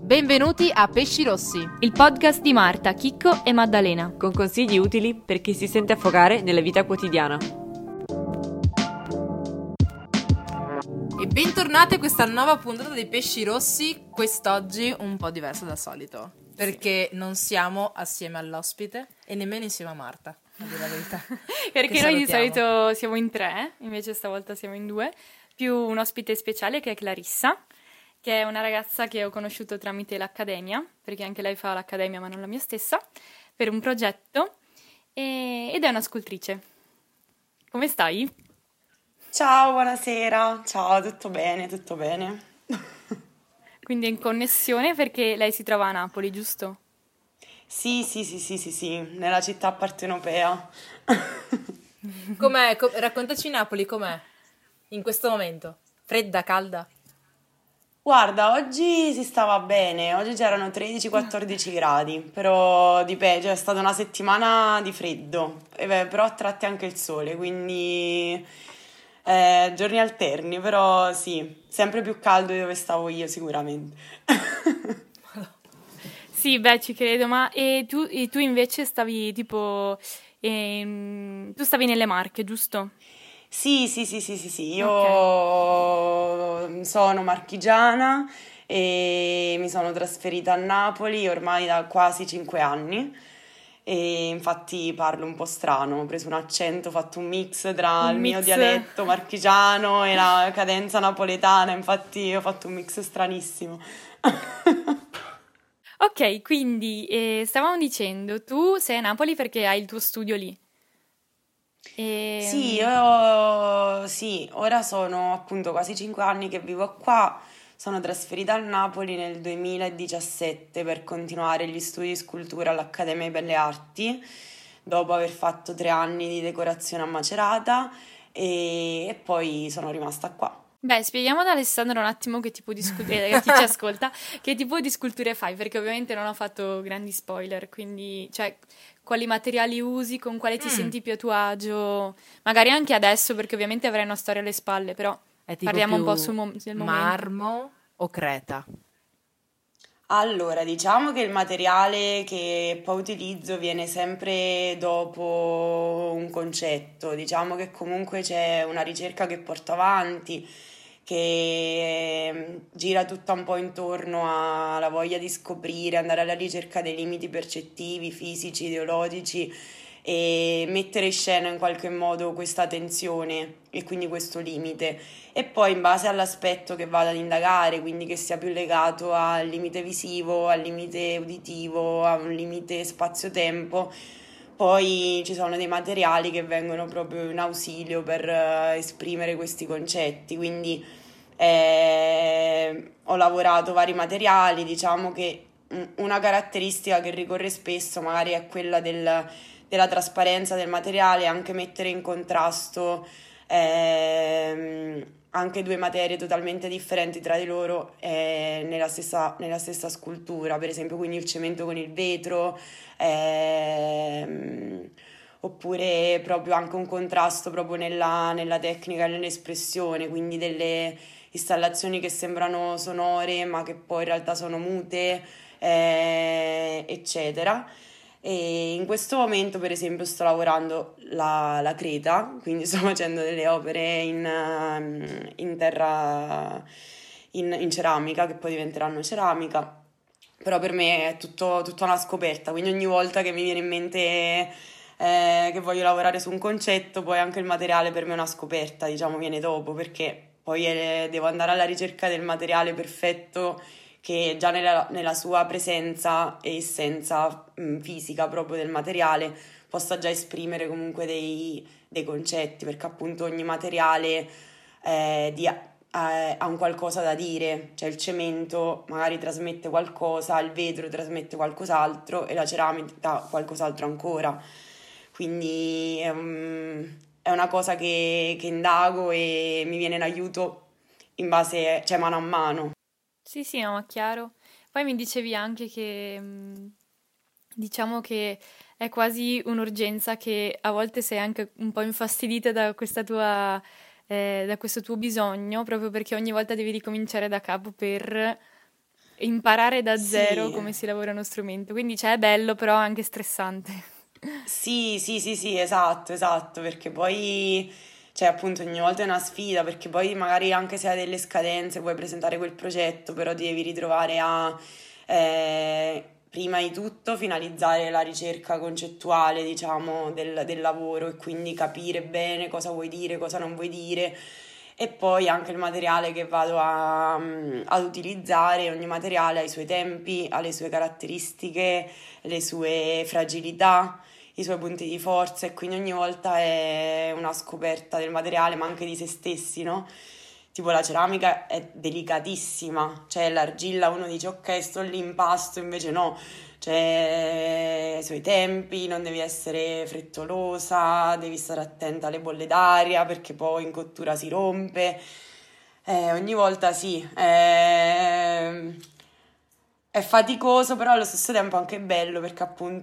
Benvenuti a Pesci Rossi, il podcast di Marta, Chicco e Maddalena, con consigli utili per chi si sente affogare nella vita quotidiana. E bentornati a questa nuova puntata dei Pesci Rossi, quest'oggi un po' diverso dal solito, perché non siamo assieme all'ospite e nemmeno insieme a Marta, a dire la verità. Perché noi di solito siamo in 3, invece stavolta siamo in 2, più un ospite speciale che è Clarissa, che è una ragazza che ho conosciuto tramite l'accademia, perché anche lei fa l'accademia ma non la mia stessa, per un progetto, ed è una scultrice. Come stai? Ciao, buonasera. Ciao, tutto bene, tutto bene. Quindi è in connessione perché lei si trova a Napoli, giusto? Sì, nella città partenopea. Com'è? Raccontaci Napoli, com'è in questo momento? Fredda, calda? Guarda, oggi si stava bene, oggi c'erano 13-14 gradi, però dipende, cioè, è stata una settimana di freddo, però a tratti anche il sole, quindi giorni alterni, però sì, sempre più caldo di dove stavo io sicuramente. Sì, beh, ci credo, ma tu invece stavi tipo, tu stavi nelle Marche, giusto? Sì, io sono marchigiana e mi sono trasferita a Napoli ormai da quasi 5 anni e infatti parlo un po' strano, ho preso un accento, ho fatto un mix tra il mio dialetto marchigiano e la cadenza napoletana, infatti ho fatto un mix stranissimo. Ok, quindi stavamo dicendo, tu sei a Napoli perché hai il tuo studio lì. Sì, ora sono appunto quasi 5 anni che vivo qua, sono trasferita a Napoli nel 2017 per continuare gli studi di scultura all'Accademia di Belle Arti, dopo aver fatto 3 anni di decorazione a Macerata e poi sono rimasta qua. Beh, spieghiamo ad Alessandro un attimo che tipo di sculture, a chi ci ascolta, che tipo di sculture fai, perché ovviamente non ho fatto grandi spoiler, quindi, cioè, quali materiali usi, con quale ti senti più a tuo agio, magari anche adesso, perché ovviamente avrai una storia alle spalle, però parliamo un po' del momento. Marmo o creta? Allora, diciamo che il materiale che poi utilizzo viene sempre dopo un concetto, diciamo che comunque c'è una ricerca che porto avanti, che gira tutta un po' intorno alla voglia di scoprire, andare alla ricerca dei limiti percettivi, fisici, ideologici e mettere in scena in qualche modo questa tensione e quindi questo limite. E poi in base all'aspetto che vado ad indagare, quindi che sia più legato al limite visivo, al limite uditivo, a un limite spazio-tempo, poi ci sono dei materiali che vengono proprio in ausilio per esprimere questi concetti, quindi ho lavorato vari materiali, diciamo che una caratteristica che ricorre spesso magari è quella della trasparenza del materiale, anche mettere in contrasto anche due materie totalmente differenti tra di loro nella stessa scultura, per esempio quindi il cemento con il vetro, oppure proprio anche un contrasto proprio nella tecnica e nell'espressione, quindi delle installazioni che sembrano sonore ma che poi in realtà sono mute, eccetera. E in questo momento, per esempio, sto lavorando la creta, quindi sto facendo delle opere in terra, in ceramica, che poi diventeranno ceramica, però per me è tutta una scoperta, quindi ogni volta che mi viene in mente che voglio lavorare su un concetto, poi anche il materiale per me è una scoperta, diciamo, viene dopo, perché poi devo andare alla ricerca del materiale perfetto che già nella sua presenza e essenza fisica proprio del materiale possa già esprimere comunque dei concetti, perché appunto ogni materiale ha un qualcosa da dire, cioè il cemento magari trasmette qualcosa, il vetro trasmette qualcos'altro e la ceramica qualcos'altro ancora, quindi è una cosa che indago e mi viene in aiuto in base, cioè mano a mano. Sì, no, ma chiaro. Poi mi dicevi anche che diciamo che è quasi un'urgenza, che a volte sei anche un po' infastidita da da questo tuo bisogno, proprio perché ogni volta devi ricominciare da capo per imparare da zero Sì. come si lavora uno strumento. Quindi è bello, però anche stressante. Sì, sì, sì, sì, esatto, esatto, perché poi, cioè appunto ogni volta è una sfida, perché poi magari anche se hai delle scadenze puoi presentare quel progetto, però ti devi ritrovare a, prima di tutto, finalizzare la ricerca concettuale, diciamo, del lavoro e quindi capire bene cosa vuoi dire, cosa non vuoi dire. E poi anche il materiale che vado ad utilizzare, ogni materiale ha i suoi tempi, ha le sue caratteristiche, le sue fragilità, i suoi punti di forza e quindi ogni volta è una scoperta del materiale, ma anche di se stessi, no? Tipo la ceramica è delicatissima, cioè l'argilla uno dice ok, sto lì impasto, invece no, cioè i suoi tempi, non devi essere frettolosa, devi stare attenta alle bolle d'aria perché poi in cottura si rompe. Ogni volta sì, è faticoso, però allo stesso tempo anche bello perché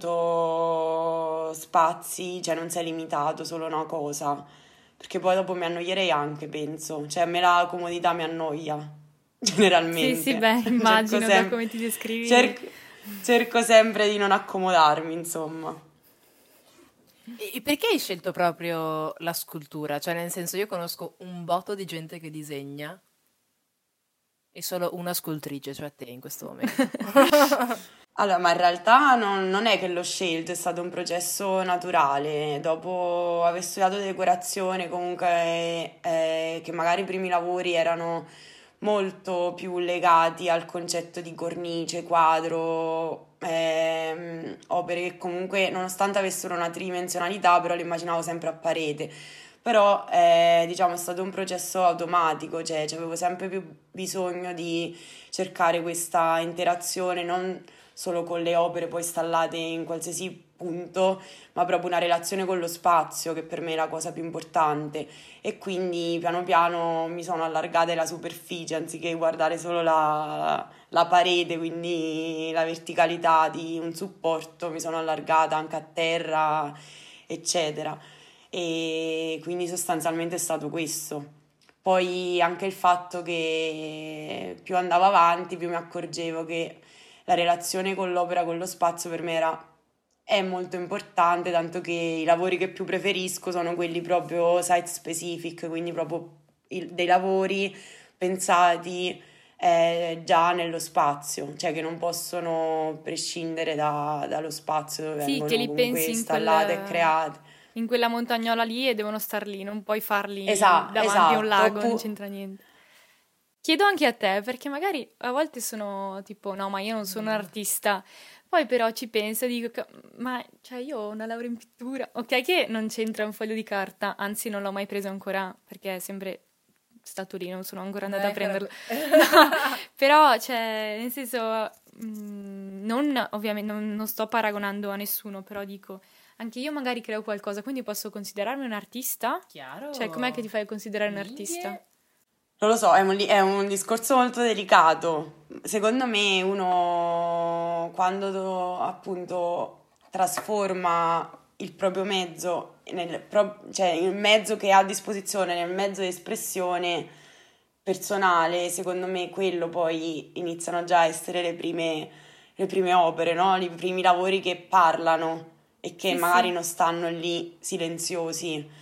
appunto spazi, cioè non sei limitato solo a una cosa, perché poi dopo mi annoierei anche, penso, cioè a me la comodità mi annoia, Sì, sì, generalmente. beh, Cerco immagino da sem- come ti descrivi. cerco, cerco sempre di non accomodarmi, insomma. E perché hai scelto proprio la scultura? Cioè, nel senso, io conosco un botto di gente che disegna e solo una scultrice, cioè te in questo momento. Allora, ma in realtà non è che l'ho scelto, è stato un processo naturale. Dopo aver studiato decorazione, comunque, che magari i primi lavori erano molto più legati al concetto di cornice, quadro, opere che comunque, nonostante avessero una tridimensionalità, però le immaginavo sempre a parete. Però, diciamo, è stato un processo automatico, cioè avevo sempre più bisogno di cercare questa interazione, non solo con le opere poi installate in qualsiasi punto, ma proprio una relazione con lo spazio, che per me è la cosa più importante. E quindi piano piano mi sono allargata la superficie, anziché guardare solo la parete, quindi la verticalità di un supporto, mi sono allargata anche a terra, eccetera. E quindi sostanzialmente è stato questo. Poi anche il fatto che più andavo avanti, più mi accorgevo che la relazione con l'opera, con lo spazio per me è molto importante, tanto che i lavori che più preferisco sono quelli proprio site specific, quindi proprio dei lavori pensati già nello spazio, cioè che non possono prescindere dallo spazio dove Sì, che vengono li comunque pensi installate e create. in quella montagnola lì e devono star lì, non puoi farli davanti a un Esatto, lago, non c'entra niente. Chiedo anche a te, perché magari a volte sono tipo, no, ma io non sono un artista, poi però ci penso e dico, ma cioè io ho una laurea in pittura, ok che non c'entra un foglio di carta, anzi non l'ho mai preso ancora perché è sempre stato lì, non sono ancora andata a prenderlo. No, però, cioè, nel senso, ovviamente non sto paragonando a nessuno, però dico, anche io magari creo qualcosa, quindi posso considerarmi un artista? Chiaro. Cioè, com'è che ti fai considerare un artista? Non lo so, è un discorso molto delicato. Secondo me uno quando appunto trasforma il proprio mezzo, cioè il mezzo che ha a disposizione nel mezzo di espressione personale, secondo me quello poi iniziano già a essere le prime opere, no? I primi lavori che parlano e che Sì, magari sì. non stanno lì silenziosi.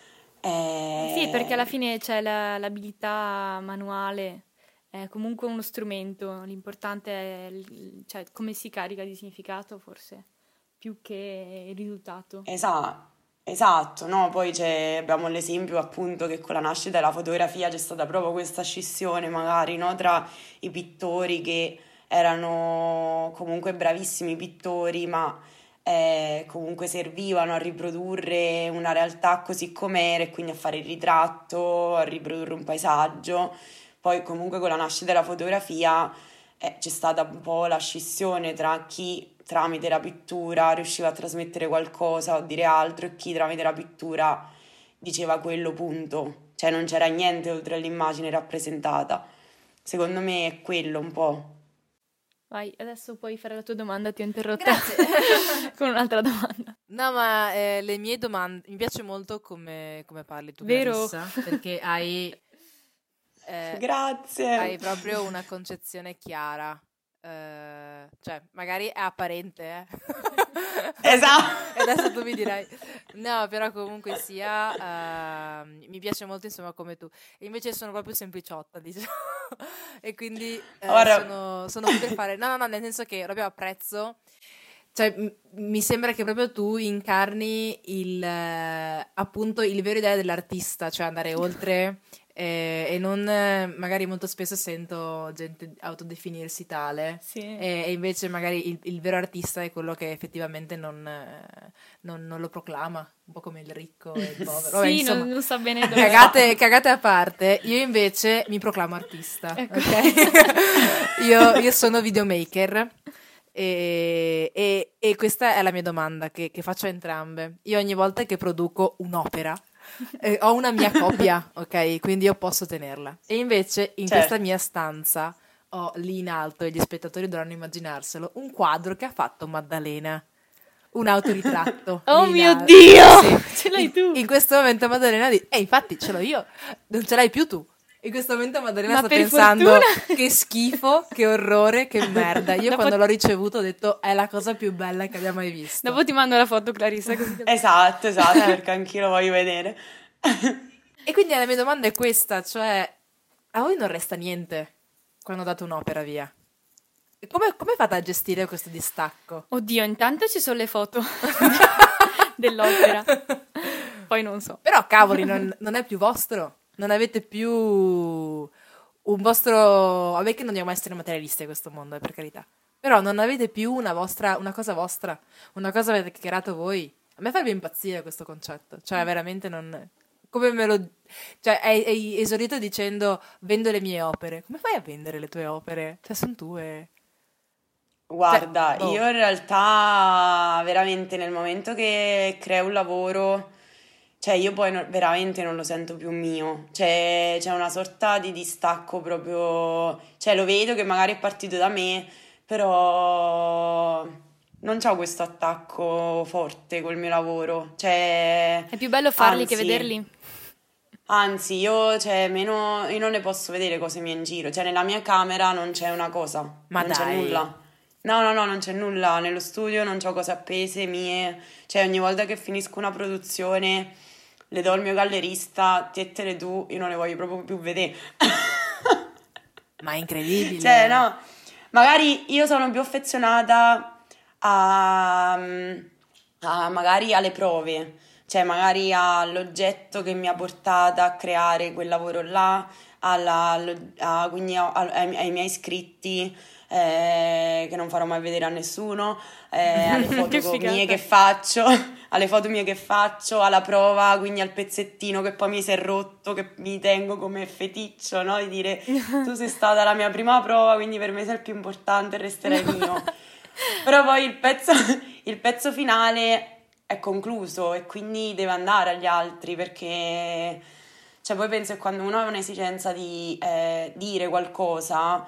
Sì, perché alla fine c'è l'abilità manuale, è comunque uno strumento, l'importante è cioè, come si carica di significato forse, più che il risultato. Esatto, no? Poi abbiamo l'esempio appunto che con la nascita della fotografia c'è stata proprio questa scissione magari, no? Tra i pittori che erano comunque bravissimi pittori, ma comunque servivano a riprodurre una realtà così com'era e quindi a fare il ritratto, a riprodurre un paesaggio. Poi comunque con la nascita della fotografia c'è stata un po' la scissione tra chi tramite la pittura riusciva a trasmettere qualcosa o dire altro e chi tramite la pittura diceva quello, punto. Cioè non c'era niente oltre all'immagine rappresentata. Secondo me è quello un po'. Vai, adesso puoi fare la tua domanda, ti ho interrotta Grazie. con un'altra domanda. No, ma le mie domande... Mi piace molto come parli tu, Vero? Clarissa, perché hai Grazie. proprio una concezione chiara cioè, magari è apparente, Esatto. E adesso tu mi dirai, no, però comunque sia, mi piace molto insomma come tu. E invece sono proprio sempliciotta, diciamo. E quindi sono qui per fare, no, nel senso che proprio apprezzo, cioè mi sembra che proprio tu incarni appunto il vero idea dell'artista, cioè andare oltre. E non magari molto spesso sento gente autodefinirsi tale, Sì. e invece magari il vero artista è quello che effettivamente non lo proclama, un po' come il ricco e il povero. Vabbè, Sì, insomma, non sa bene dove cagate a parte, io invece mi proclamo artista, Ecco. ok? io sono videomaker. E questa è la mia domanda che faccio a entrambe. Io ogni volta che produco un'opera ho una mia copia, ok? Quindi io posso tenerla. E invece in Certo. questa mia stanza ho lì in alto, e gli spettatori dovranno immaginarselo, un quadro che ha fatto Maddalena. Un autoritratto. Oh lì in mio alto. Dio! Sì. Ce l'hai tu! In questo momento Maddalena dice, infatti ce l'ho io, non ce l'hai più tu. In questo momento Maddalena Ma sta per pensando fortuna- che schifo, che orrore, che merda. Io Dopo- quando l'ho ricevuto ho detto è la cosa più bella che abbia mai visto. Dopo ti mando la foto, Clarissa, così capisci. Esatto, perché anch'io lo voglio vedere. E quindi la mia domanda è questa, cioè a voi non resta niente quando date un'opera via? E come fate a gestire questo distacco? Oddio, intanto ci sono le foto dell'opera. Poi non so. Però cavoli, non è più vostro, non avete più un vostro... Vabbè che non dobbiamo essere materialisti a questo mondo, per carità. Però non avete più una cosa vostra, una cosa avete creato voi. A me farebbe impazzire questo concetto, cioè veramente non... Come me lo... Cioè hai esorito dicendo vendo le mie opere. Come fai a vendere le tue opere? Cioè sono tue... Guarda, Cioè, boh. io in realtà veramente nel momento che creo un lavoro, cioè io poi veramente non lo sento più mio, c'è una sorta di distacco proprio, cioè lo vedo che magari è partito da me, però non c'ho questo attacco forte col mio lavoro, cioè È più bello farli che anzi. vederli. Anzi, io non ne posso vedere cose mie in giro, cioè nella mia camera non c'è una cosa, Ma non c'è dai. nulla. No, non c'è nulla, nello studio non c'ho cose appese mie, cioè ogni volta che finisco una produzione le do al mio gallerista, tietele tu, io non le voglio proprio più vedere. Ma è incredibile. Cioè, no, magari io sono più affezionata magari alle prove, cioè magari all'oggetto che mi ha portata a creare quel lavoro là, quindi ai miei iscritti, che non farò mai vedere a nessuno, alle foto Che figata. mie che faccio, alle foto mie che faccio, alla prova, quindi al pezzettino che poi mi si è rotto, che mi tengo come feticcio, no? Di dire tu sei stata la mia prima prova, quindi per me sei il più importante, resterai mio. Però poi il pezzo finale è concluso e quindi deve andare agli altri, perché cioè poi penso che quando uno ha un'esigenza di dire qualcosa,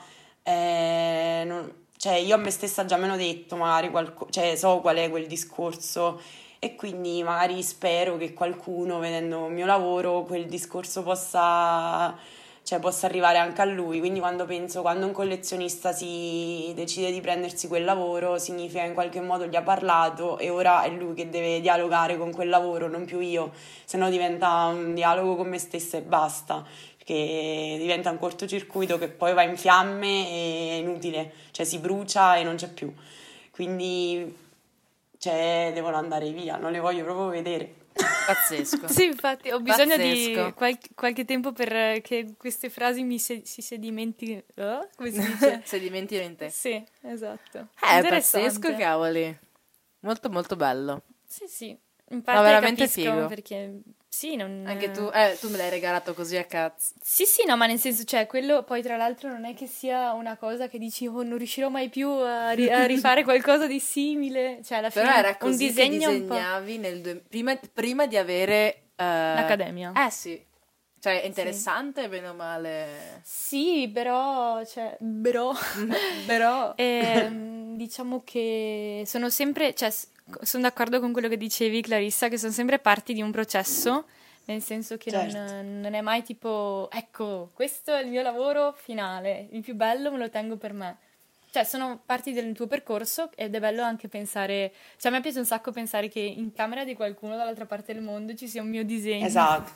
cioè io a me stessa già me l'ho detto, magari cioè so qual è quel discorso e quindi magari spero che qualcuno vedendo il mio lavoro quel discorso possa arrivare anche a lui. Quindi quando un collezionista si decide di prendersi quel lavoro, significa in qualche modo gli ha parlato e ora è lui che deve dialogare con quel lavoro, non più io, se no diventa un dialogo con me stessa e basta, perché diventa un cortocircuito che poi va in fiamme e è inutile, cioè si brucia e non c'è più. Quindi devono andare via, non le voglio proprio vedere. Pazzesco. Sì, infatti, ho bisogno di Pazzesco. qualche tempo per che queste frasi si sedimentichino. Come si dice? Sedimentino in te. Sì, esatto. È Interessante. pazzesco, cavoli. Molto molto bello. Sì, sì. In parte veramente capisco figo. perché sì, non... Anche tu me l'hai regalato così a cazzo. Sì, sì, no, ma nel senso, cioè, quello poi tra l'altro non è che sia una cosa che dici, oh, non riuscirò mai più a rifare qualcosa di simile. Cioè, alla Però fine era così un disegno che un po'... disegnavi prima di avere... L'Accademia. Sì. Cioè, è interessante, bene o male. Sì, però, cioè, Però... diciamo che sono sempre, cioè, sono d'accordo con quello che dicevi, Clarissa, che sono sempre parti di un processo, nel senso che Certo. non è mai tipo, ecco, questo è il mio lavoro finale, il più bello me lo tengo per me. cioè sono parti del tuo percorso ed è bello anche pensare, cioè a me piace un sacco pensare che in camera di qualcuno dall'altra parte del mondo ci sia un mio disegno. Esatto,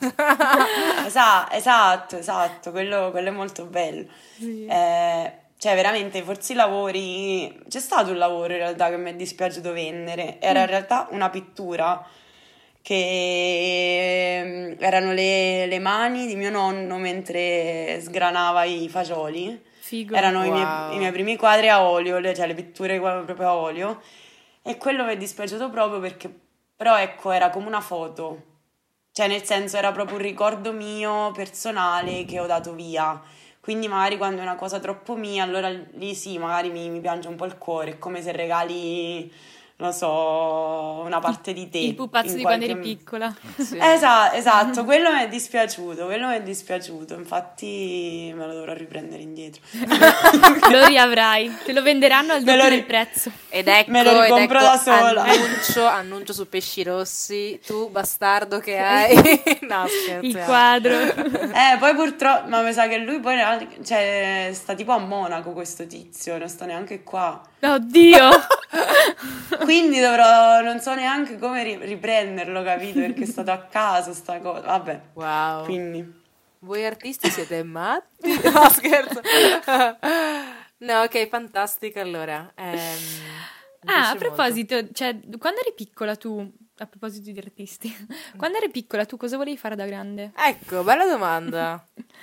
esatto, quello è molto bello. Sì. Cioè veramente forse i lavori, c'è stato un lavoro in realtà che mi è dispiaciuto vendere, era in realtà una pittura che erano le mani di mio nonno mentre sgranava i fagioli. Figo. Erano Wow. i miei primi quadri a olio, cioè le pitture proprio a olio, e quello mi è dispiaciuto proprio perché, però ecco, era come una foto, cioè nel senso era proprio un ricordo mio personale che ho dato via, quindi magari quando è una cosa troppo mia, allora lì sì, magari mi piange un po' il cuore, è come se regali, non so, una parte di te. Il pupazzo in di quando qualche- eri piccola. Sì. Esatto, quello mi è dispiaciuto, infatti me lo dovrò riprendere indietro. Lo riavrai, te lo venderanno al Me lo doppio ri- del prezzo. Ed ecco, Me lo ricompro da sola. Annuncio su Pesci Rossi, tu bastardo che hai. No, scherzo. Il quadro. Poi purtroppo, ma mi sa che lui poi, cioè, sta tipo a Monaco questo tizio, non sta neanche qua. Oddio. Quindi dovrò, non so neanche come riprenderlo, capito? Perché è stato a caso sta cosa, vabbè. Wow. Quindi, Voi artisti siete matti? No, scherzo. No, ok, fantastico allora. Mi A piace proposito, cioè, quando eri piccola tu, a proposito di artisti, quando eri piccola tu cosa volevi fare da grande? molto. Ecco, bella domanda.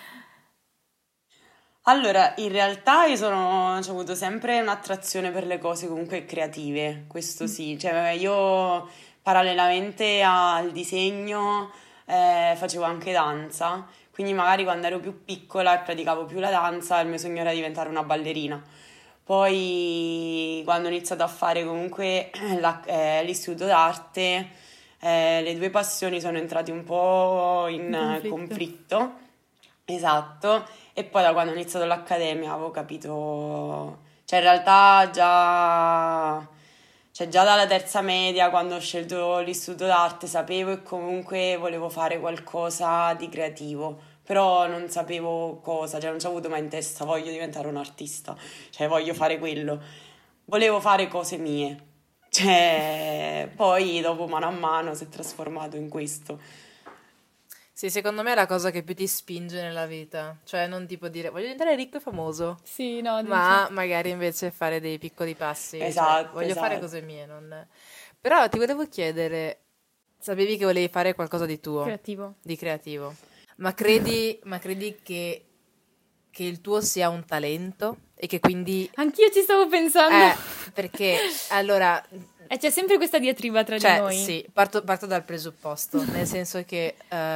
allora, in realtà ho avuto sempre un'attrazione per le cose comunque creative, questo sì. Cioè, io parallelamente al disegno facevo anche danza, quindi magari quando ero più piccola e praticavo più la danza, il mio sogno era diventare una ballerina. Poi quando ho iniziato a fare comunque l'istituto d'arte, le due passioni sono entrate un po' in conflitto. conflitto. Esatto, e poi da quando ho iniziato l'accademia avevo capito, cioè in realtà già dalla terza media, quando ho scelto l'istituto d'arte, sapevo che comunque volevo fare qualcosa di creativo, però non sapevo cosa, cioè non ci ho avuto mai in testa, voglio diventare un artista, cioè voglio fare quello, volevo fare cose mie, cioè poi dopo mano a mano si è trasformato in questo. Sì, secondo me è la cosa che più ti spinge nella vita. Cioè, non tipo dire voglio diventare ricco e famoso, Sì, no, ma magari invece fare dei piccoli passi. Cioè, Esatto, voglio fare esatto. cose mie, non... Però ti volevo chiedere, sapevi che volevi fare qualcosa di tuo, creativo. di creativo, ma credi che il tuo sia un talento e che quindi... Anch'io ci stavo pensando. Perché allora... E c'è sempre questa diatriba tra di Cioè, noi. sì, parto dal presupposto, nel senso che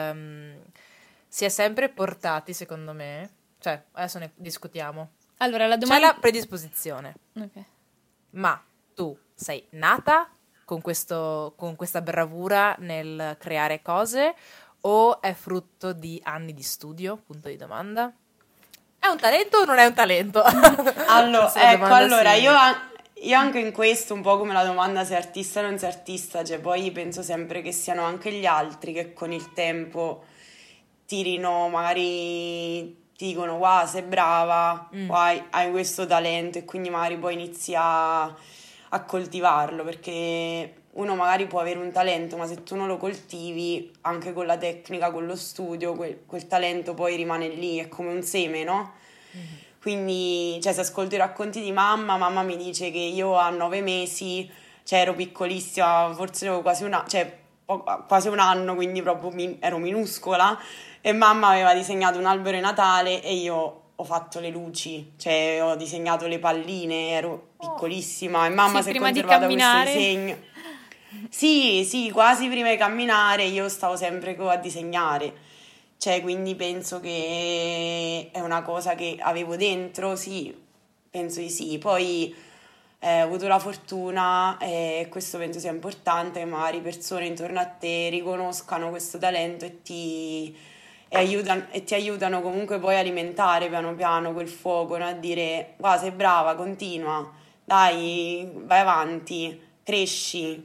si è sempre portati, secondo me, cioè, adesso ne discutiamo, Allora, la c'è domanda... la predisposizione, Ok. ma tu sei nata con questa bravura nel creare cose o è frutto di anni di studio? Punto di domanda. È un talento o non è un talento? Allora, Questa è la ecco, domanda allora simile. io anche in questo, un po' come la domanda sei artista o non sei artista, cioè poi penso sempre che siano anche gli altri che con il tempo tirino, magari ti dicono wow, sei brava, wow, hai questo talento e quindi magari poi inizi a coltivarlo, perché uno magari può avere un talento, ma se tu non lo coltivi, anche con la tecnica, con lo studio, quel talento poi rimane lì, è come un seme, no? Quindi, cioè, se ascolto i racconti di mamma mi dice che io a 9 mesi, cioè ero piccolissima, forse avevo quasi un anno, quindi proprio ero minuscola, e mamma aveva disegnato un albero di Natale e io ho fatto le luci, cioè ho disegnato le palline, ero piccolissima e mamma Sì, si è prima di conservata questo camminare. disegno. Sì, quasi prima di camminare io stavo sempre a disegnare. Cioè, quindi penso che è una cosa che avevo dentro, sì, penso di sì. Poi ho avuto la fortuna, e questo penso sia importante, che magari persone intorno a te riconoscano questo talento e ti aiutano comunque poi a alimentare piano piano quel fuoco, no? A dire, guarda, sei brava, continua, dai, vai avanti, cresci.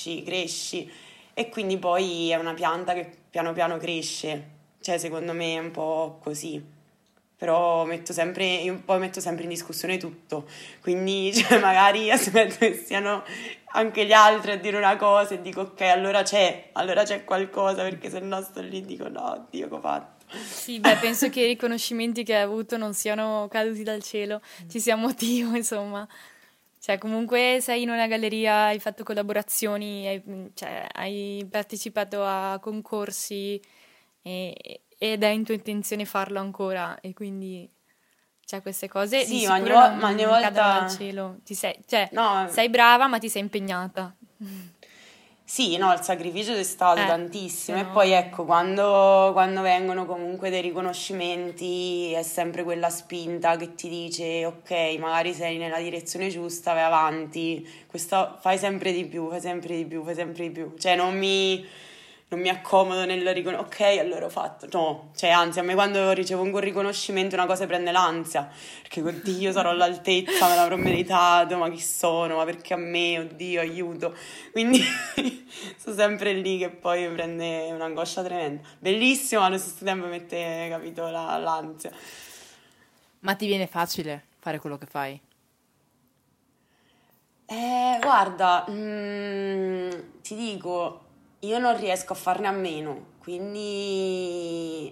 E quindi poi è una pianta che piano piano cresce. Cioè, secondo me è un po' così. però io poi metto sempre in discussione tutto, quindi cioè, magari aspetto che siano anche gli altri a dire una cosa e dico ok, allora c'è qualcosa, perché se no sto lì e dico no, Dio, che ho fatto? Sì, beh, penso che i riconoscimenti che hai avuto non siano caduti dal cielo, ci sia un motivo, insomma. Cioè, comunque sei in una galleria, hai fatto collaborazioni, hai partecipato a concorsi ed è in tua intenzione farlo ancora, e quindi cioè, queste cose di Sì, sicuro ma ogni non cadono dal volta... cielo. No, Sei brava, ma ti sei impegnata. sì, no, il sacrificio c'è stato Se tantissimo, e no- poi ecco, quando vengono comunque dei riconoscimenti è sempre quella spinta che ti dice ok, magari sei nella direzione giusta, vai avanti, fai sempre di più, fai sempre di più, fai sempre di più, cioè non mi accomodo nel ok, allora ho fatto, no, cioè anzi, a me quando ricevo un riconoscimento una cosa prende l'ansia, perché oddio, sarò all'altezza, me l'avrò meritato, ma chi sono, ma perché a me, oddio, aiuto, quindi sto sempre lì che poi mi prende un'angoscia tremenda, bellissimo, ma allo stesso tempo mi mette, capito, l'ansia. Ma ti viene facile fare quello che fai? Guarda, ti dico, io non riesco a farne a meno, quindi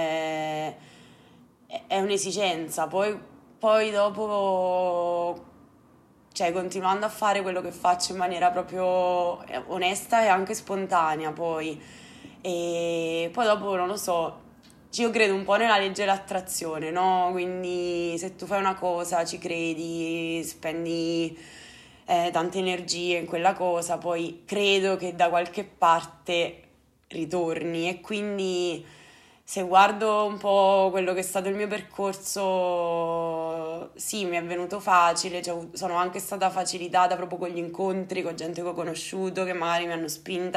è un'esigenza. Poi dopo, cioè, continuando a fare quello che faccio in maniera proprio onesta e anche spontanea, poi. E poi dopo, non lo so, io credo un po' nella legge dell'attrazione, no? Quindi se tu fai una cosa, ci credi, spendi tante energie in quella cosa, poi credo che da qualche parte ritorni, e quindi se guardo un po' quello che è stato il mio percorso, sì, mi è venuto facile, cioè, sono anche stata facilitata proprio con gli incontri, con gente che ho conosciuto, che magari mi hanno spinta,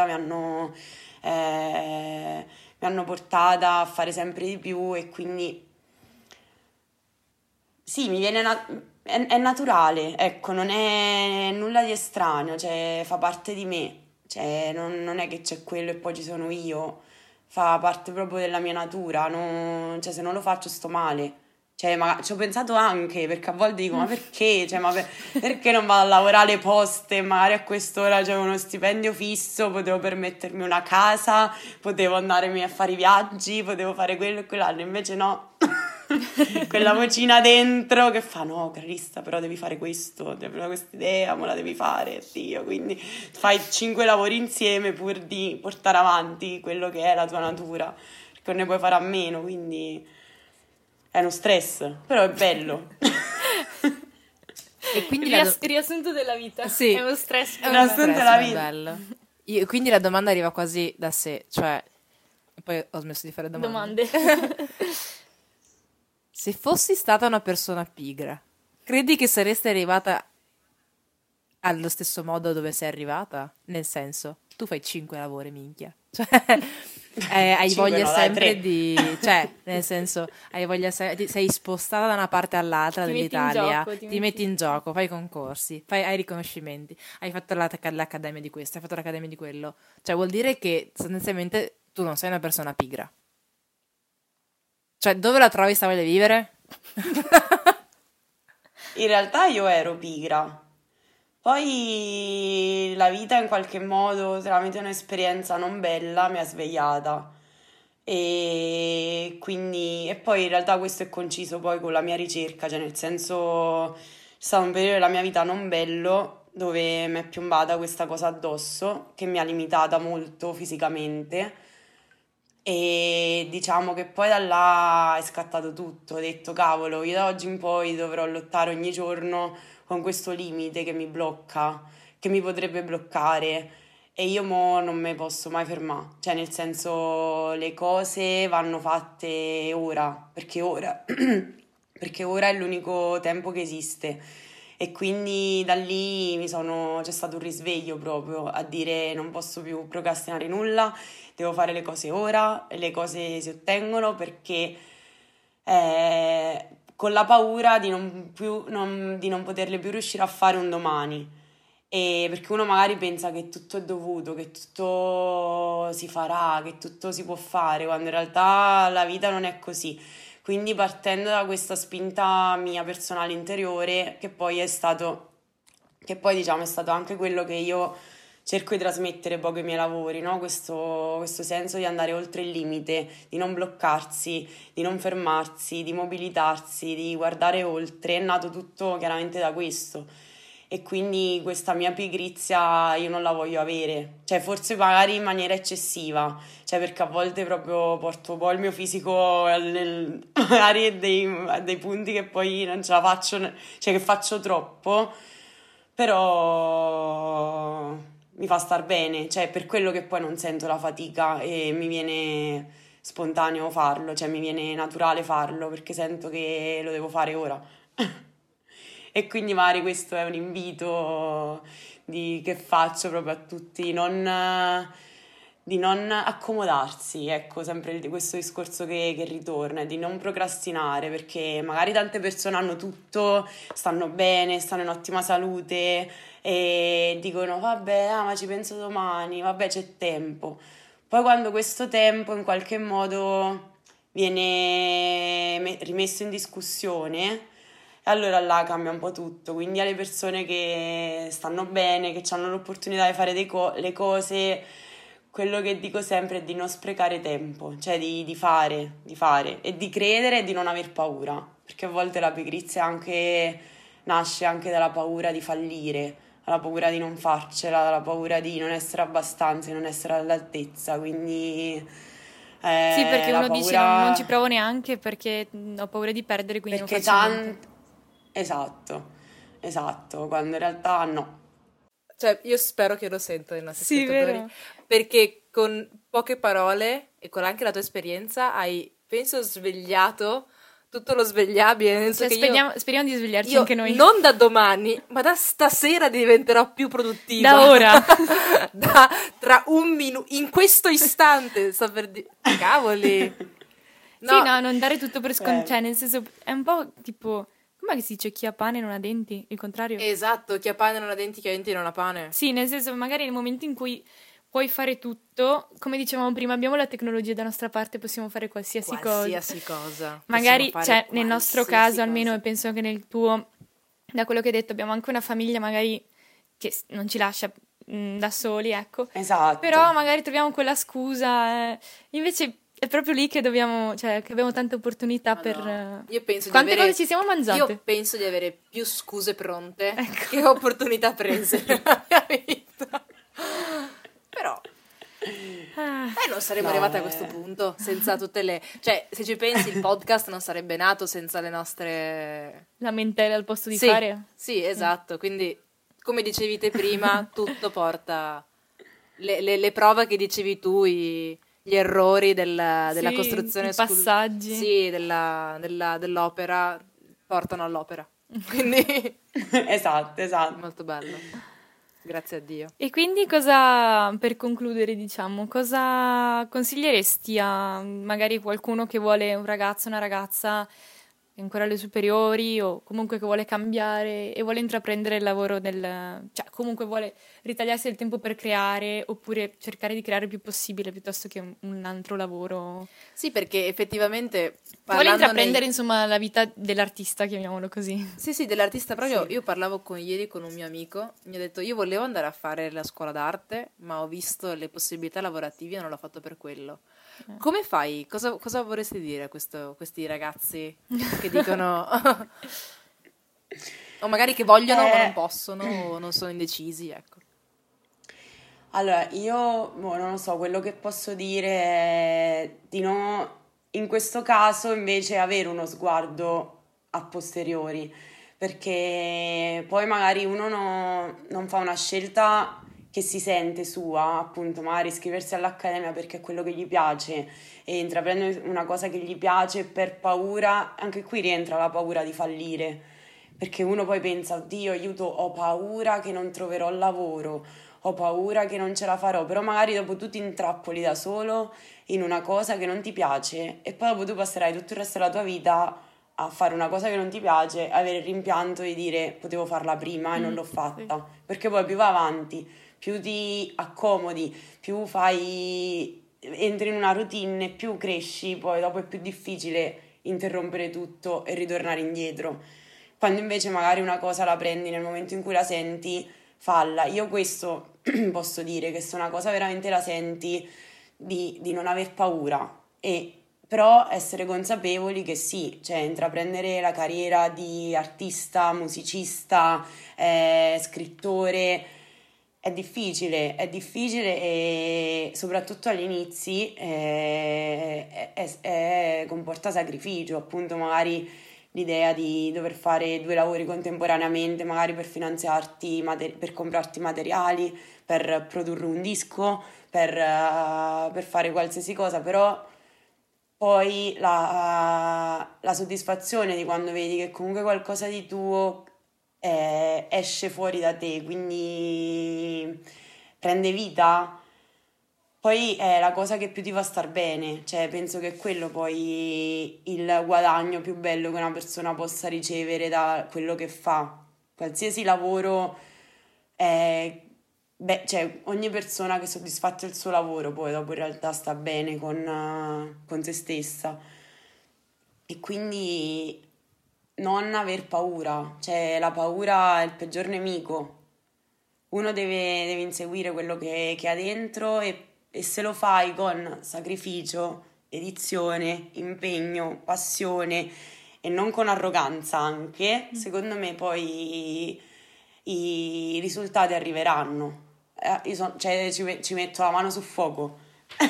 mi hanno portata a fare sempre di più, e quindi sì, mi viene è naturale, ecco, non è nulla di estraneo, cioè fa parte di me, cioè non è che c'è quello e poi ci sono io, fa parte proprio della mia natura, cioè se non lo faccio sto male. Cioè, ma ci ho pensato anche, perché a volte dico, ma perché? Cioè, perché non vado a lavorare alle poste? Magari a quest'ora c'è uno stipendio fisso, potevo permettermi una casa, potevo andarmi a fare i viaggi, potevo fare quello e quell'altro, invece no. Quella vocina dentro che fa, no, Carista, però devi fare questo, devi avere questa idea, ma la devi fare, Dio. Quindi fai 5 lavori insieme pur di portare avanti quello che è la tua natura, perché non ne puoi fare a meno, quindi... È uno stress, però è bello. E quindi riassunto della vita. Sì, È uno stress. è uno riassunto stress, della ma è vita. bello. Quindi la domanda arriva quasi da sé, cioè... Poi ho smesso di fare domande. Se fossi stata una persona pigra, credi che saresti arrivata allo stesso modo dove sei arrivata? Nel senso, tu fai 5 lavori, minchia. Cioè, hai voglia sempre di... Cioè, nel senso, hai voglia sei spostata da una parte all'altra dell'Italia, ti metti in gioco, fai concorsi, hai riconoscimenti, hai fatto l'accademia di questo, hai fatto l'accademia di quello. Cioè, vuol dire che sostanzialmente tu non sei una persona pigra. Cioè, dove la trovi sta voglia di vivere? In realtà io ero pigra. Poi la vita in qualche modo, tramite un'esperienza non bella, mi ha svegliata. E quindi, e poi in realtà questo è coinciso poi con la mia ricerca, cioè nel senso, c'è stato un periodo della mia vita non bello dove mi è piombata questa cosa addosso che mi ha limitata molto fisicamente. E diciamo che poi da là è scattato tutto, ho detto cavolo, io da oggi in poi dovrò lottare ogni giorno con questo limite che mi blocca, che mi potrebbe bloccare, e io mo non mi posso mai fermare, cioè nel senso le cose vanno fatte ora, perché ora è l'unico tempo che esiste, e quindi da lì c'è stato un risveglio proprio a dire non posso più procrastinare nulla, devo fare le cose ora, e le cose si ottengono perché con la paura di di non poterle più riuscire a fare un domani. E perché uno magari pensa che tutto è dovuto, che tutto si farà, che tutto si può fare, quando in realtà la vita non è così. Quindi partendo da questa spinta mia personale interiore, che poi diciamo è stato anche quello che io cerco di trasmettere poi con i miei lavori, no? Questo senso di andare oltre il limite, di non bloccarsi, di non fermarsi, di mobilitarsi, di guardare oltre, è nato tutto chiaramente da questo. E quindi questa mia pigrizia io non la voglio avere, cioè forse magari in maniera eccessiva, cioè perché a volte proprio porto poi il mio fisico magari dei punti che poi non ce la faccio, cioè che faccio troppo, però mi fa star bene, cioè per quello che poi non sento la fatica e mi viene spontaneo farlo, cioè mi viene naturale farlo perché sento che lo devo fare ora. E quindi magari questo è un invito che faccio proprio a tutti, di non accomodarsi, ecco, sempre questo discorso che ritorna, di non procrastinare, perché magari tante persone hanno tutto, stanno bene, stanno in ottima salute e dicono vabbè, ma ci penso domani, vabbè, c'è tempo. Poi quando questo tempo in qualche modo viene rimesso in discussione, allora là cambia un po' tutto, quindi alle persone che stanno bene, che hanno l'opportunità di fare le cose, quello che dico sempre è di non sprecare tempo, cioè di fare e di credere e di non aver paura, perché a volte la pigrizia nasce anche dalla paura di fallire, dalla paura di non farcela, dalla paura di non essere abbastanza, di non essere all'altezza, quindi sì, perché la uno dice paura... non ci provo neanche perché ho paura di perdere, quindi perché non faccio niente. Esatto, quando in realtà no. Cioè, io spero che lo sentano i nostri Sì, ascoltatori, vero. perché con poche parole e con anche la tua esperienza hai, penso, svegliato tutto lo svegliabile. Nel senso Cioè, che speriamo di svegliarci io anche noi. non da domani, ma da stasera diventerò più produttiva. Da ora. Tra un minuto, in questo istante, sto per dire, cavoli. Sì, no, non dare tutto per scontato, cioè nel senso è un po' tipo, com'è che si dice chi ha pane non ha denti? Il contrario? Esatto, chi ha pane non ha denti, chi ha denti non ha pane. Sì, nel senso magari nel momento in cui puoi fare tutto, come dicevamo prima, abbiamo la tecnologia da nostra parte, possiamo fare qualsiasi cosa. Magari, cioè nel nostro caso almeno, e penso che nel tuo, da quello che hai detto, abbiamo anche una famiglia magari che non ci lascia da soli, ecco. Esatto. Però magari troviamo quella scusa, invece è proprio lì che dobbiamo, cioè che abbiamo tante opportunità per... Io penso Quante di avere, cose ci siamo mangiate? Io penso di avere più scuse pronte che opportunità prese nella mia vita. Però non saremmo arrivate a questo punto senza tutte le... Cioè, se ci pensi, il podcast non sarebbe nato senza le nostre... lamentele al posto di fare? Sì, esatto. Quindi, come dicevi te prima, tutto porta... Le prove che dicevi tu, gli errori della costruzione, i passaggi. sì, dell'opera portano all'opera. Quindi esatto. Molto bello. Grazie a Dio. E quindi cosa, per concludere, diciamo, cosa consiglieresti a magari qualcuno che vuole, un ragazzo, una ragazza che è ancora alle superiori o comunque che vuole cambiare e vuole intraprendere il lavoro cioè comunque vuole ritagliarsi del tempo per creare oppure cercare di creare il più possibile piuttosto che un altro lavoro. Sì, perché effettivamente vuole intraprendere insomma la vita dell'artista, chiamiamolo così. Sì, dell'artista proprio. Sì. Io parlavo ieri con un mio amico, mi ha detto io volevo andare a fare la scuola d'arte, ma ho visto le possibilità lavorative e non l'ho fatto per quello. Come fai? Cosa vorresti dire a questi ragazzi che dicono o magari che vogliono ma non possono o non sono indecisi, ecco. Allora, io non lo so, quello che posso dire è di non, in questo caso invece avere uno sguardo a posteriori, perché poi magari uno non fa una scelta che si sente sua, appunto, magari iscriversi all'accademia perché è quello che gli piace e intraprendere una cosa che gli piace per paura, anche qui rientra la paura di fallire, perché uno poi pensa, oddio, aiuto, ho paura che non troverò lavoro, ho paura che non ce la farò, però magari dopo tu ti intrappoli da solo in una cosa che non ti piace e poi dopo tu passerai tutto il resto della tua vita a fare una cosa che non ti piace, avere il rimpianto di dire potevo farla prima e non l'ho fatta, perché poi più vai avanti, più ti accomodi, più entri in una routine, più cresci, poi dopo è più difficile interrompere tutto e ritornare indietro. Quando invece magari una cosa la prendi nel momento in cui la senti, falla. Io questo posso dire, che se una cosa veramente la senti, di non aver paura, e però essere consapevoli che sì, cioè intraprendere la carriera di artista, musicista, scrittore è difficile e soprattutto agli inizi comporta sacrificio, appunto magari l'idea di dover fare 2 lavori contemporaneamente, magari per finanziarti, per comprarti materiali, per produrre un disco, per fare qualsiasi cosa, però poi la soddisfazione di quando vedi che comunque qualcosa di tuo esce fuori da te, quindi prende vita, poi è la cosa che più ti fa star bene, cioè penso che quello poi il guadagno più bello che una persona possa ricevere da quello che fa. Qualsiasi lavoro cioè ogni persona che è soddisfatta del suo lavoro poi dopo in realtà sta bene con se stessa, e quindi non aver paura, cioè la paura è il peggior nemico. Uno deve inseguire quello che ha dentro, e se lo fai con sacrificio, dedizione, impegno, passione e non con arroganza anche, secondo me poi i risultati arriveranno. Cioè, ci metto la mano sul fuoco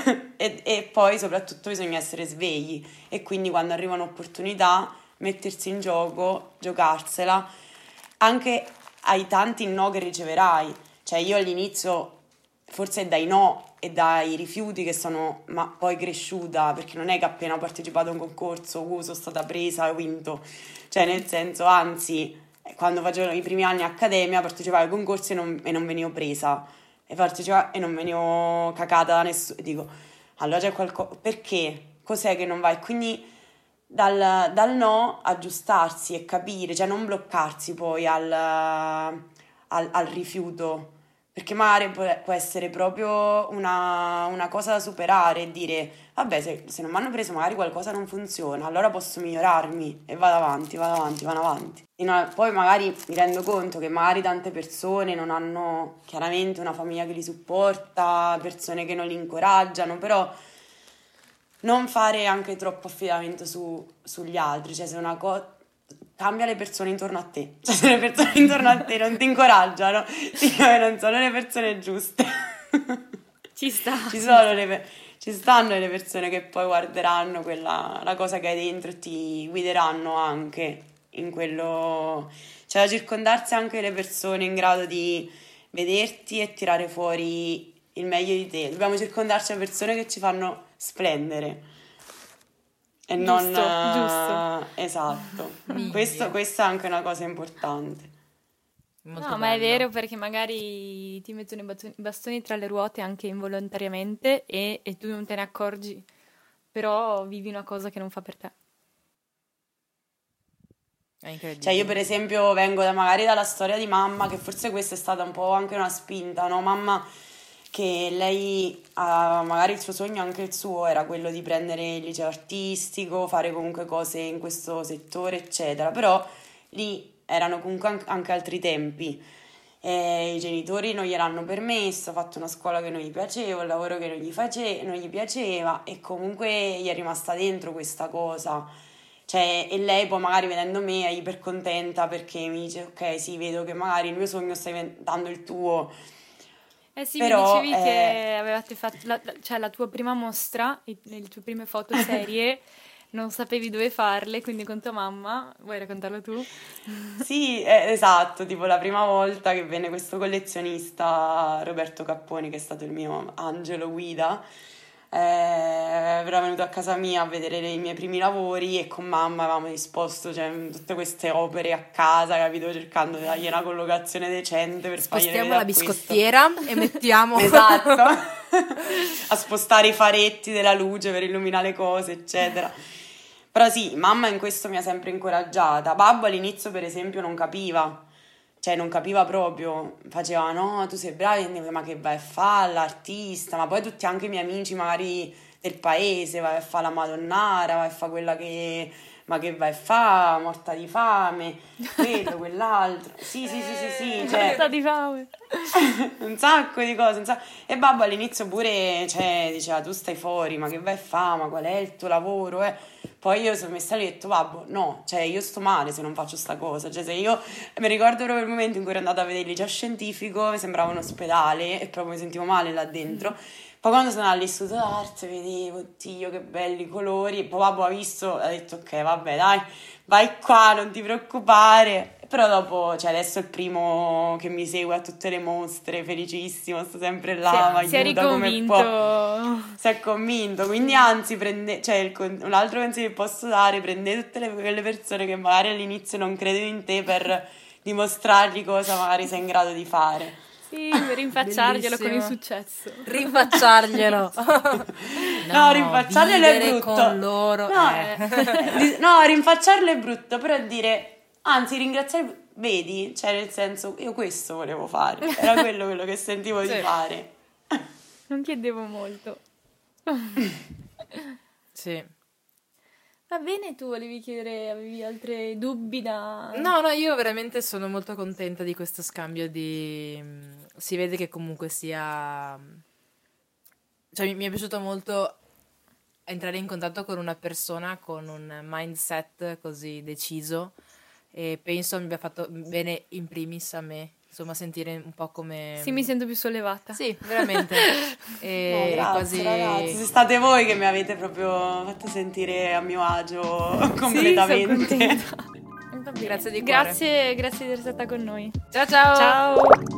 e poi soprattutto bisogna essere svegli, e quindi quando arriva un'opportunità mettersi in gioco, giocarsela anche ai tanti no che riceverai. Cioè io all'inizio forse è dai no e dai rifiuti che sono poi cresciuta, perché non è che appena ho partecipato a un concorso sono stata presa, ho vinto, cioè nel senso, anzi, quando facevo i primi anni accademia partecipavo ai concorsi e non venivo presa, e non venivo cacata da nessuno, e dico allora c'è qualcosa, perché? Cos'è che non va? E quindi dal no aggiustarsi e capire, cioè non bloccarsi poi al rifiuto, perché magari può essere proprio una cosa da superare e dire vabbè, se non mi hanno preso magari qualcosa non funziona, allora posso migliorarmi e vado avanti. Poi magari mi rendo conto che magari tante persone non hanno chiaramente una famiglia che li supporta, persone che non li incoraggiano, però non fare anche troppo affidamento sugli altri, cioè se una cosa cambia le persone intorno a te, cioè se le persone intorno a te non ti incoraggiano, non sono le persone giuste. Ci stanno le persone che poi guarderanno la cosa che hai dentro e ti guideranno anche in quello, cioè da circondarsi anche le persone in grado di vederti e tirare fuori il meglio di te. Dobbiamo circondarci da persone che ci fanno splendere. E giusto. Esatto. Questa è anche una cosa importante. Molto No, ma è bello. vero, perché magari ti mettono i bastoni tra le ruote anche involontariamente e tu non te ne accorgi, però vivi una cosa che non fa per te. È incredibile. Cioè io per esempio vengo magari dalla storia di mamma, che forse questa è stata un po' anche una spinta, no? Mamma, che lei magari il suo sogno, anche il suo, era quello di prendere il liceo artistico, fare comunque cose in questo settore eccetera, però lì erano comunque anche altri tempi, i genitori non gliel'hanno permesso, ha fatto una scuola che non gli piaceva, un lavoro che non gli piaceva, e comunque gli è rimasta dentro questa cosa, cioè, e lei poi magari vedendo me è iper contenta perché mi dice ok, sì, vedo che magari il mio sogno sta diventando il tuo. Sì, Però, mi dicevi che avevate fatto la tua prima mostra, le tue prime foto serie, non sapevi dove farle, quindi con tua mamma, vuoi raccontarlo tu? Sì, esatto, tipo la prima volta che venne questo collezionista Roberto Capponi, che è stato il mio angelo guida, era venuto a casa mia a vedere i miei primi lavori, e con mamma avevamo disposto, cioè, tutte queste opere a casa, capito, cercando di dargli una collocazione decente per fargli Spostiamo vedere la questo. biscottiera e mettiamo Esatto, a spostare i faretti della luce per illuminare le cose eccetera. Però sì, mamma in questo mi ha sempre incoraggiata. Babbo all'inizio per esempio non capiva, cioè non capiva proprio, faceva no, tu sei brava, ma che vai a fare l'artista, ma poi tutti anche i miei amici magari del paese, vai a fare la madonnara, vai a fare quella che... Ma che vai a fare? Morta di fame, quello, quell'altro. Sì, cioè, Morta di fame. un sacco di cose. E babbo all'inizio pure, cioè, diceva tu stai fuori, ma che vai a fare? Ma qual è il tuo lavoro? Poi io sono messa lì e ho detto babbo, no, cioè io sto male se non faccio sta cosa. Cioè se io, mi ricordo proprio il momento in cui ero andata a vedere il liceo scientifico, mi sembrava un ospedale e proprio mi sentivo male là dentro. Poi quando sono all'istituto d'arte vedevo, oddio che belli colori, poi babbo ha visto, ha detto ok vabbè dai, vai qua, non ti preoccupare. Però dopo, cioè adesso è il primo che mi segue a tutte le mostre, felicissimo, sto sempre là, mi aiuta come può. Si è convinto, quindi anzi un altro consiglio che posso dare, prendete tutte quelle persone che magari all'inizio non credono in te per dimostrargli cosa magari sei in grado di fare. Sì, per rinfacciarglielo con il successo. Rinfacciarglielo. No, rinfacciarglielo è brutto. Con loro. No, rinfacciarlo è brutto, però dire, anzi ringraziare, vedi, cioè nel senso, io questo volevo fare, era quello che sentivo di fare. Non chiedevo molto. Sì. Va bene, tu volevi chiedere, avevi altri dubbi da... No, io veramente sono molto contenta di questo scambio si vede che comunque sia... Cioè mi è piaciuto molto entrare in contatto con una persona con un mindset così deciso e penso mi abbia fatto bene in primis a me, insomma sentire un po' come... Sì, mi sento più sollevata. Sì, veramente. E grazie ragazzi, siete state voi che mi avete proprio fatto sentire a mio agio completamente. Sì, Grazie di cuore. Grazie di essere stata con noi. Ciao. Ciao.